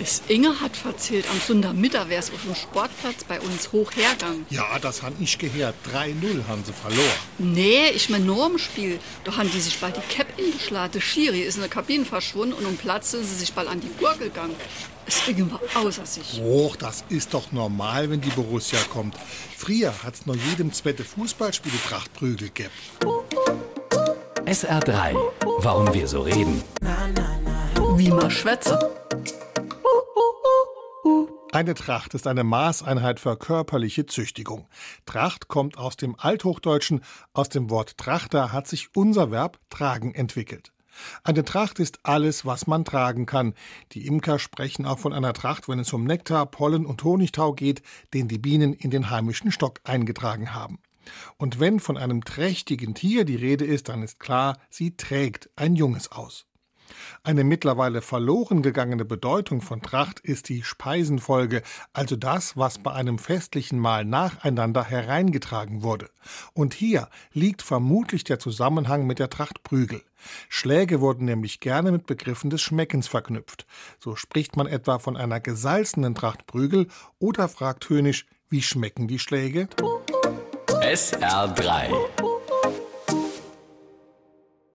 Das Inge hat erzählt, am Sonntagmittag wär's auf dem Sportplatz bei uns hoch hergegangen. Ja, das han ich gehört. 3-0 haben sie verloren. Nee, ich mein nur im Spiel. Da haben die sich bald die Cap ingeschlagen. Der Schiri ist in der Kabine verschwunden und um Platz sind sie sich bald an die Gurgel gegangen. Es Inge war außer sich. Och, das ist doch normal, wenn die Borussia kommt. Früher hat's noch jedem zweite Fußballspiel die Trachtprügel gegeben. SR3. Warum wir so reden. Wie man schwätze. Eine Tracht ist eine Maßeinheit für körperliche Züchtigung. Tracht kommt aus dem Althochdeutschen. Aus dem Wort Trachter hat sich unser Verb tragen entwickelt. Eine Tracht ist alles, was man tragen kann. Die Imker sprechen auch von einer Tracht, wenn es um Nektar, Pollen und Honigtau geht, den die Bienen in den heimischen Stock eingetragen haben. Und wenn von einem trächtigen Tier die Rede ist, dann ist klar, sie trägt ein Junges aus. Eine mittlerweile verloren gegangene Bedeutung von Tracht ist die Speisenfolge, also das, was bei einem festlichen Mahl nacheinander hereingetragen wurde. Und hier liegt vermutlich der Zusammenhang mit der Trachtprügel. Schläge wurden nämlich gerne mit Begriffen des Schmeckens verknüpft. So spricht man etwa von einer gesalzenen Trachtprügel oder fragt höhnisch, wie schmecken die Schläge? SR3.